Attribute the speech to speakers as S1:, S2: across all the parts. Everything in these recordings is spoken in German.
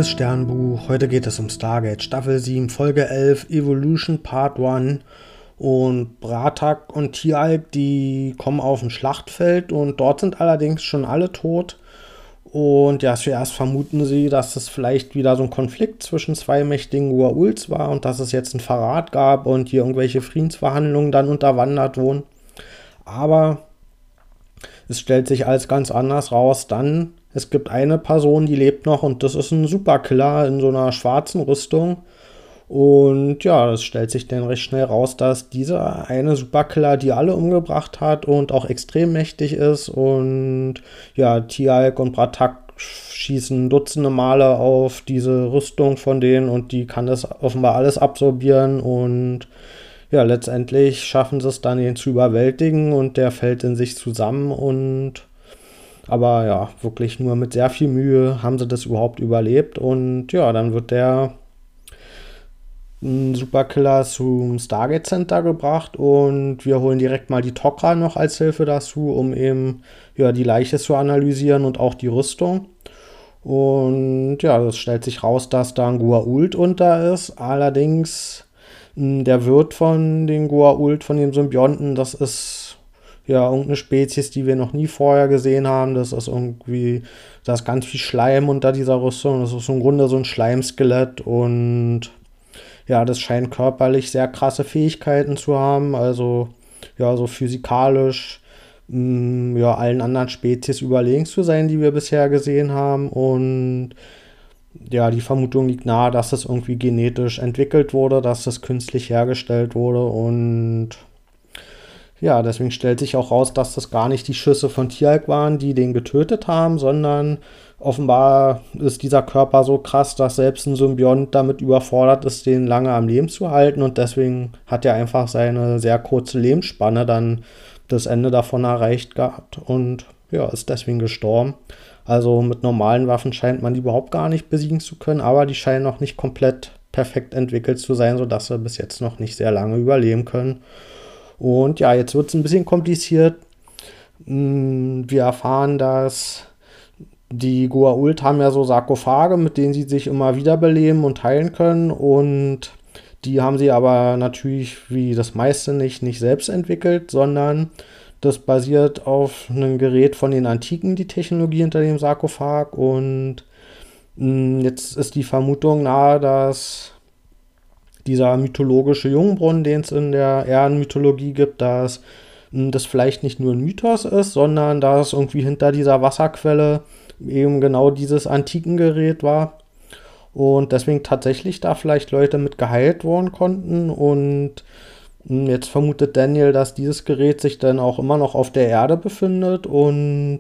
S1: Liebes Sternbuch, heute geht es um Stargate Staffel 7, Folge 11, Evolution Part 1. Und Bratak und Tialk, die kommen auf ein Schlachtfeld und dort sind allerdings schon alle tot. Und ja, zuerst vermuten sie, dass es vielleicht wieder so ein Konflikt zwischen zwei mächtigen Goa'ulds war und dass es jetzt einen Verrat gab und hier irgendwelche Friedensverhandlungen dann unterwandert wurden. Aber es stellt sich als ganz anders raus. Dann, es gibt eine Person, die lebt noch und das ist ein Superkiller in so einer schwarzen Rüstung. Und ja, es stellt sich dann recht schnell raus, dass dieser eine Superkiller die alle umgebracht hat und auch extrem mächtig ist. Und ja, Tialk und Bratak schießen Dutzende Male auf diese Rüstung von denen und die kann das offenbar alles absorbieren. Und ja, letztendlich schaffen sie es dann, ihn zu überwältigen und der fällt in sich zusammen. Aber ja, wirklich nur mit sehr viel Mühe haben sie das überhaupt überlebt. Und ja, dann wird der Superkiller zum Stargate Center gebracht und wir holen direkt mal die Tok'ra noch als Hilfe dazu, um eben ja, die Leiche zu analysieren und auch die Rüstung. Und ja, es stellt sich raus, dass da ein Goa'uld unter ist. Allerdings der Wirt von den Goa'uld, von dem Symbionten, das ist ja irgendeine Spezies, die wir noch nie vorher gesehen haben. Das ist irgendwie, da ist ganz viel Schleim unter dieser Rüstung. Das ist im Grunde so ein Schleimskelett und ja, das scheint körperlich sehr krasse Fähigkeiten zu haben, also ja, so physikalisch ja, allen anderen Spezies überlegen zu sein, die wir bisher gesehen haben. Und ja, die Vermutung liegt nahe, dass es irgendwie genetisch entwickelt wurde, dass es künstlich hergestellt wurde. Und ja, deswegen stellt sich auch raus, dass das gar nicht die Schüsse von Tialk waren, die den getötet haben, sondern offenbar ist dieser Körper so krass, dass selbst ein Symbiont damit überfordert ist, den lange am Leben zu halten. Und deswegen hat er einfach seine sehr kurze Lebensspanne dann das Ende davon erreicht gehabt und ja, ist deswegen gestorben. Also mit normalen Waffen scheint man die überhaupt gar nicht besiegen zu können, aber die scheinen noch nicht komplett perfekt entwickelt zu sein, sodass sie bis jetzt noch nicht sehr lange überleben können. Und ja, jetzt wird es ein bisschen kompliziert. Wir erfahren, dass die Goa'uld haben ja so Sarkophage, mit denen sie sich immer wieder beleben und heilen können. Und die haben sie aber natürlich, wie das meiste, nicht selbst entwickelt, sondern das basiert auf einem Gerät von den Antiken, die Technologie hinter dem Sarkophag. Und jetzt ist die Vermutung nahe, dass dieser mythologische Jungbrunnen, den es in der Erdenmythologie gibt, dass das vielleicht nicht nur ein Mythos ist, sondern dass irgendwie hinter dieser Wasserquelle eben genau dieses Antikengerät war und deswegen tatsächlich da vielleicht Leute mit geheilt worden konnten. Und jetzt vermutet Daniel, dass dieses Gerät sich dann auch immer noch auf der Erde befindet und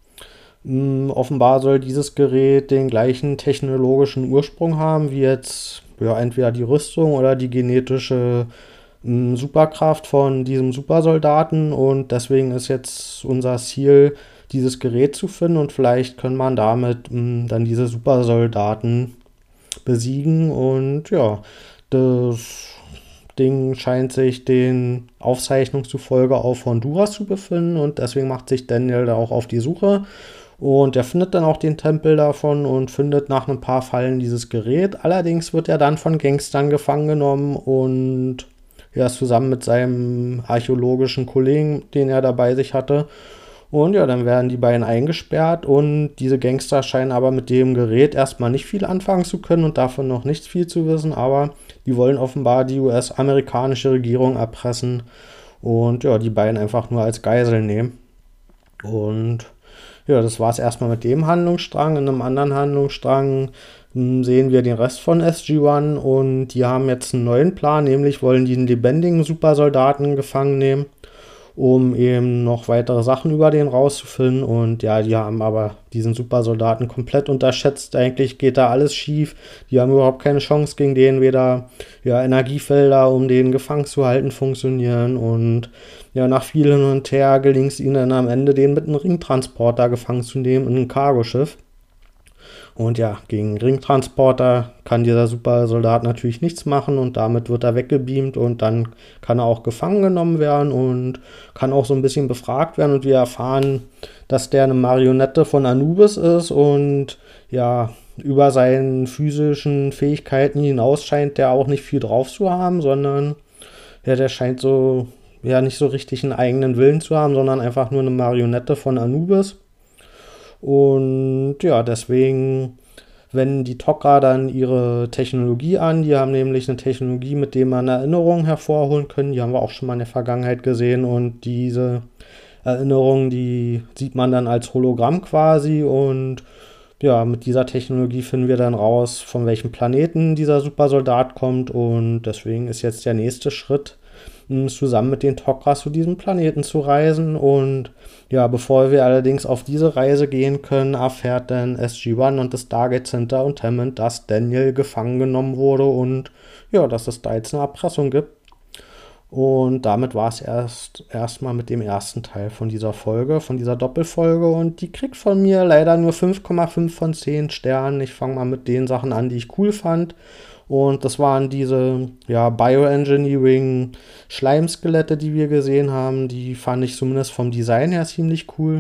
S1: offenbar soll dieses Gerät den gleichen technologischen Ursprung haben wie jetzt ja, entweder die Rüstung oder die genetische Superkraft von diesem Supersoldaten. Und deswegen ist jetzt unser Ziel, dieses Gerät zu finden. Und vielleicht kann man damit dann diese Supersoldaten besiegen. Und ja, das Ding scheint sich den Aufzeichnungen zufolge auf Honduras zu befinden. Und deswegen macht sich Daniel da auch auf die Suche. Und er findet dann auch den Tempel davon und findet nach ein paar Fallen dieses Gerät. Allerdings wird er dann von Gangstern gefangen genommen und er ist zusammen mit seinem archäologischen Kollegen, den er dabei sich hatte. Und ja, dann werden die beiden eingesperrt und diese Gangster scheinen aber mit dem Gerät erstmal nicht viel anfangen zu können und davon noch nicht viel zu wissen, aber die wollen offenbar die US-amerikanische Regierung erpressen und ja, die beiden einfach nur als Geisel nehmen. Und ja, das war es erstmal mit dem Handlungsstrang. In einem anderen Handlungsstrang sehen wir den Rest von SG-1 und die haben jetzt einen neuen Plan, nämlich wollen die einen lebendigen Supersoldaten gefangen nehmen, um eben noch weitere Sachen über den rauszufinden. Und ja, die haben aber diesen Supersoldaten komplett unterschätzt. Eigentlich geht da alles schief. Die haben überhaupt keine Chance gegen den. Weder ja, Energiefelder, um den gefangen zu halten, funktionieren. Und ja, nach viel hin und her gelingt es ihnen dann am Ende, den mit einem Ringtransporter gefangen zu nehmen in ein Cargoschiff. Und ja, gegen Ringtransporter kann dieser Supersoldat natürlich nichts machen und damit wird er weggebeamt und dann kann er auch gefangen genommen werden und kann auch so ein bisschen befragt werden. Und wir erfahren, dass der eine Marionette von Anubis ist und ja, über seinen physischen Fähigkeiten hinaus scheint der auch nicht viel drauf zu haben, sondern ja, der scheint so, ja, nicht so richtig einen eigenen Willen zu haben, sondern einfach nur eine Marionette von Anubis. Und ja, deswegen wenden die Tok'ra dann ihre Technologie an. Die haben nämlich eine Technologie, mit der man Erinnerungen hervorholen können. Die haben wir auch schon mal in der Vergangenheit gesehen. Und diese Erinnerungen, die sieht man dann als Hologramm quasi. Und ja, mit dieser Technologie finden wir dann raus, von welchem Planeten dieser Supersoldat kommt. Und deswegen ist jetzt der nächste Schritt, zusammen mit den Tok'ra zu diesem Planeten zu reisen. Und ja, bevor wir allerdings auf diese Reise gehen können, erfährt dann SG-1 und das Stargate Center und Hammond, dass Daniel gefangen genommen wurde und ja, dass es da jetzt eine Erpressung gibt. Und damit war es erstmal mit dem ersten Teil von dieser Folge, von dieser Doppelfolge. Und die kriegt von mir leider nur 5,5 von 10 Sternen. Ich fange mal mit den Sachen an, die ich cool fand. Und das waren diese ja, Bioengineering Schleimskelette, die wir gesehen haben. Die fand ich zumindest vom Design her ziemlich cool.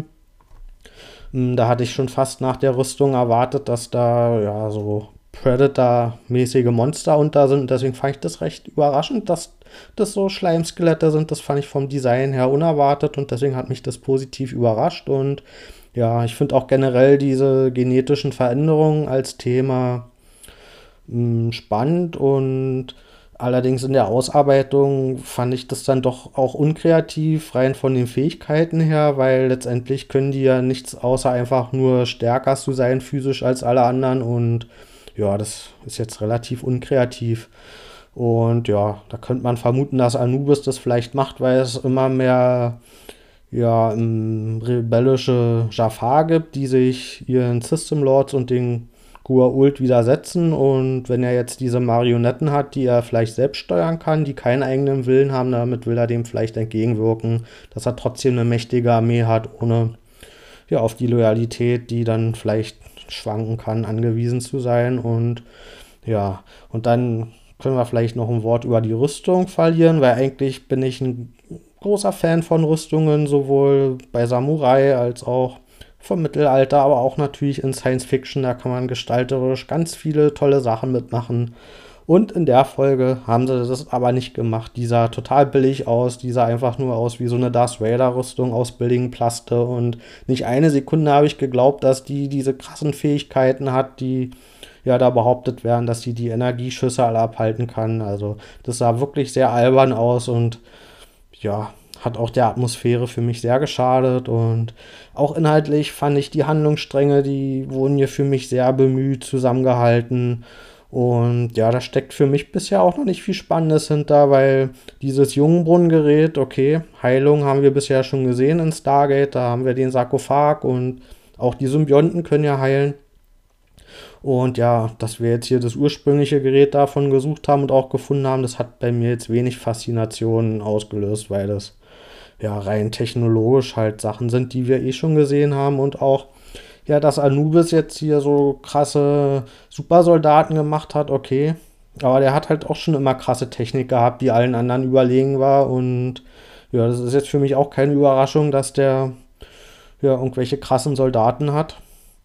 S1: Da hatte ich schon fast nach der Rüstung erwartet, dass da ja so Predator-mäßige Monster unter sind. Deswegen fand ich das recht überraschend, dass das so Schleimskelette sind. Das fand ich vom Design her unerwartet und deswegen hat mich das positiv überrascht. Und ja, ich finde auch generell diese genetischen Veränderungen als Thema spannend und allerdings in der Ausarbeitung fand ich das dann doch auch unkreativ, rein von den Fähigkeiten her, weil letztendlich können die ja nichts außer einfach nur stärker zu sein physisch als alle anderen und ja, das ist jetzt relativ unkreativ. Und ja, da könnte man vermuten, dass Anubis das vielleicht macht, weil es immer mehr ja, rebellische Jafar gibt, die sich ihren System Lords und den Goa'uld widersetzen. Und wenn er jetzt diese Marionetten hat, die er vielleicht selbst steuern kann, die keinen eigenen Willen haben, damit will er dem vielleicht entgegenwirken, dass er trotzdem eine mächtige Armee hat, ohne ja, auf die Loyalität, die dann vielleicht schwanken kann, angewiesen zu sein. Und ja, und dann können wir vielleicht noch ein Wort über die Rüstung verlieren, weil eigentlich bin ich ein großer Fan von Rüstungen, sowohl bei Samurai als auch vom Mittelalter, aber auch natürlich in Science Fiction. Da kann man gestalterisch ganz viele tolle Sachen mitmachen. Und in der Folge haben sie das aber nicht gemacht. Die sah total billig aus. Die sah einfach nur aus wie so eine Darth Vader-Rüstung aus billigen Plaste. Und nicht eine Sekunde habe ich geglaubt, dass die diese krassen Fähigkeiten hat, die ja da behauptet werden, dass sie die Energieschüsse alle abhalten kann. Also das sah wirklich sehr albern aus und ja, hat auch der Atmosphäre für mich sehr geschadet. Und auch inhaltlich fand ich die Handlungsstränge, die wurden hier für mich sehr bemüht zusammengehalten. Und ja, da steckt für mich bisher auch noch nicht viel Spannendes hinter, weil dieses Jungbrunnengerät, okay, Heilung haben wir bisher schon gesehen in Stargate, da haben wir den Sarkophag und auch die Symbionten können ja heilen. Und ja, dass wir jetzt hier das ursprüngliche Gerät davon gesucht haben und auch gefunden haben, das hat bei mir jetzt wenig Faszination ausgelöst, weil das ja rein technologisch halt Sachen sind, die wir eh schon gesehen haben und auch ja, dass Anubis jetzt hier so krasse Supersoldaten gemacht hat, okay. Aber der hat halt auch schon immer krasse Technik gehabt, die allen anderen überlegen war. Und ja, das ist jetzt für mich auch keine Überraschung, dass der ja irgendwelche krassen Soldaten hat.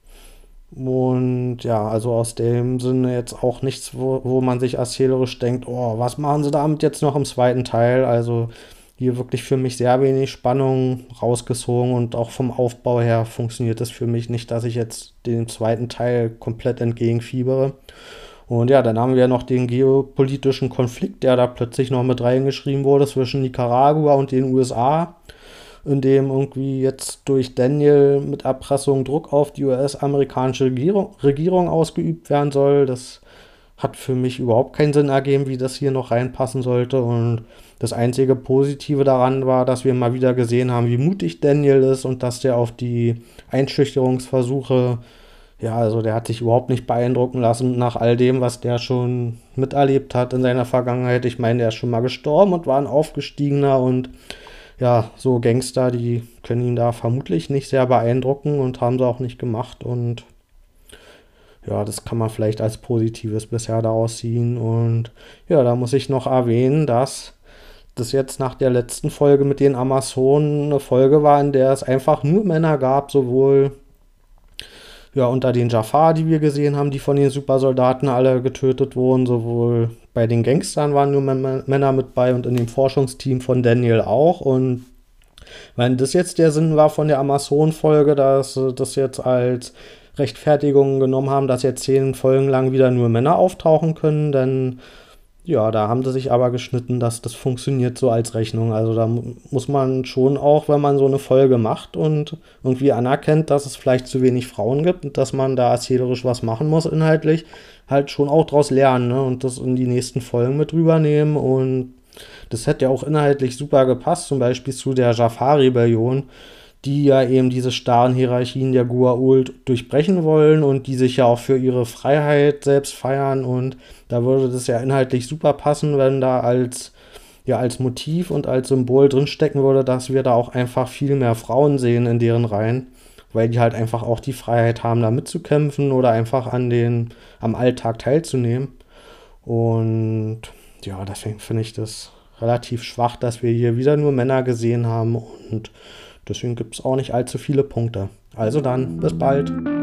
S1: Und ja, also aus dem Sinne jetzt auch nichts, wo man sich erzählerisch denkt, oh, was machen sie damit jetzt noch im zweiten Teil? Also hier wirklich für mich sehr wenig Spannung rausgezogen und auch vom Aufbau her funktioniert es für mich nicht, dass ich jetzt den zweiten Teil komplett entgegenfiebere. Und ja, dann haben wir noch den geopolitischen Konflikt, der da plötzlich noch mit reingeschrieben wurde zwischen Nicaragua und den USA, in dem irgendwie jetzt durch Daniel mit Erpressung Druck auf die US-amerikanische Regierung ausgeübt werden soll. Das hat für mich überhaupt keinen Sinn ergeben, wie das hier noch reinpassen sollte. Und das einzige Positive daran war, dass wir mal wieder gesehen haben, wie mutig Daniel ist und dass der auf die Einschüchterungsversuche, ja, also der hat sich überhaupt nicht beeindrucken lassen nach all dem, was der schon miterlebt hat in seiner Vergangenheit. Ich meine, der ist schon mal gestorben und war ein Aufgestiegener und ja, so Gangster, die können ihn da vermutlich nicht sehr beeindrucken und haben sie auch nicht gemacht und ja, das kann man vielleicht als Positives bisher daraus ziehen. Und ja, da muss ich noch erwähnen, dass das jetzt nach der letzten Folge mit den Amazonen eine Folge war, in der es einfach nur Männer gab, sowohl ja, unter den Jafar, die wir gesehen haben, die von den Supersoldaten alle getötet wurden, sowohl bei den Gangstern waren nur Männer mit bei und in dem Forschungsteam von Daniel auch. Und wenn das jetzt der Sinn war von der Amazon-Folge, dass sie das jetzt als Rechtfertigung genommen haben, dass jetzt 10 Folgen lang wieder nur Männer auftauchen können, dann ja, da haben sie sich aber geschnitten, dass das funktioniert so als Rechnung. Also da muss man schon auch, wenn man so eine Folge macht und irgendwie anerkennt, dass es vielleicht zu wenig Frauen gibt und dass man da erzählerisch was machen muss inhaltlich, halt schon auch draus lernen, ne? Und das in die nächsten Folgen mit rübernehmen. Und das hätte ja auch inhaltlich super gepasst, zum Beispiel zu der Jafar-Rebellion, die ja eben diese starren Hierarchien der Goa'uld durchbrechen wollen und die sich ja auch für ihre Freiheit selbst feiern. Und da würde das ja inhaltlich super passen, wenn da als Motiv und als Symbol drinstecken würde, dass wir da auch einfach viel mehr Frauen sehen in deren Reihen, weil die halt einfach auch die Freiheit haben, da mitzukämpfen oder einfach am Alltag teilzunehmen. Und ja, deswegen finde ich das relativ schwach, dass wir hier wieder nur Männer gesehen haben und deswegen gibt es auch nicht allzu viele Punkte. Also dann, bis bald.